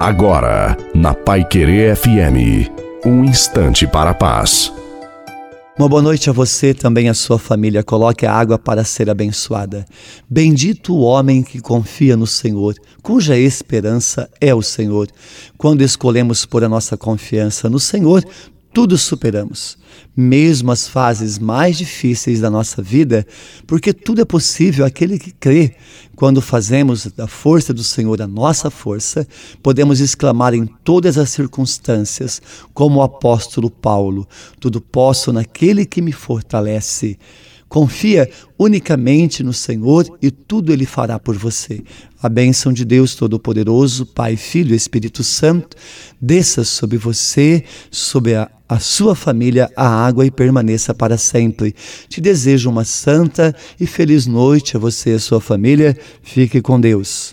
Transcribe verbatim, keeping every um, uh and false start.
Agora, na Paiquerê F M, um instante para a paz. Uma boa noite a você, também a sua família. Coloque a água para ser abençoada. Bendito o homem que confia no Senhor, cuja esperança é o Senhor. Quando escolhemos pôr a nossa confiança no Senhor, tudo superamos, mesmo as fases mais difíceis da nossa vida, porque tudo é possível àquele que crê. Quando fazemos da força do Senhor a nossa força, podemos exclamar em todas as circunstâncias, como o apóstolo Paulo: tudo posso naquele que me fortalece. Confia unicamente no Senhor e tudo Ele fará por você. A bênção de Deus Todo-Poderoso, Pai, Filho e Espírito Santo, desça sobre você, sobre a, a sua família, a água e permaneça para sempre. Te desejo uma santa e feliz noite a você e a sua família. Fique com Deus.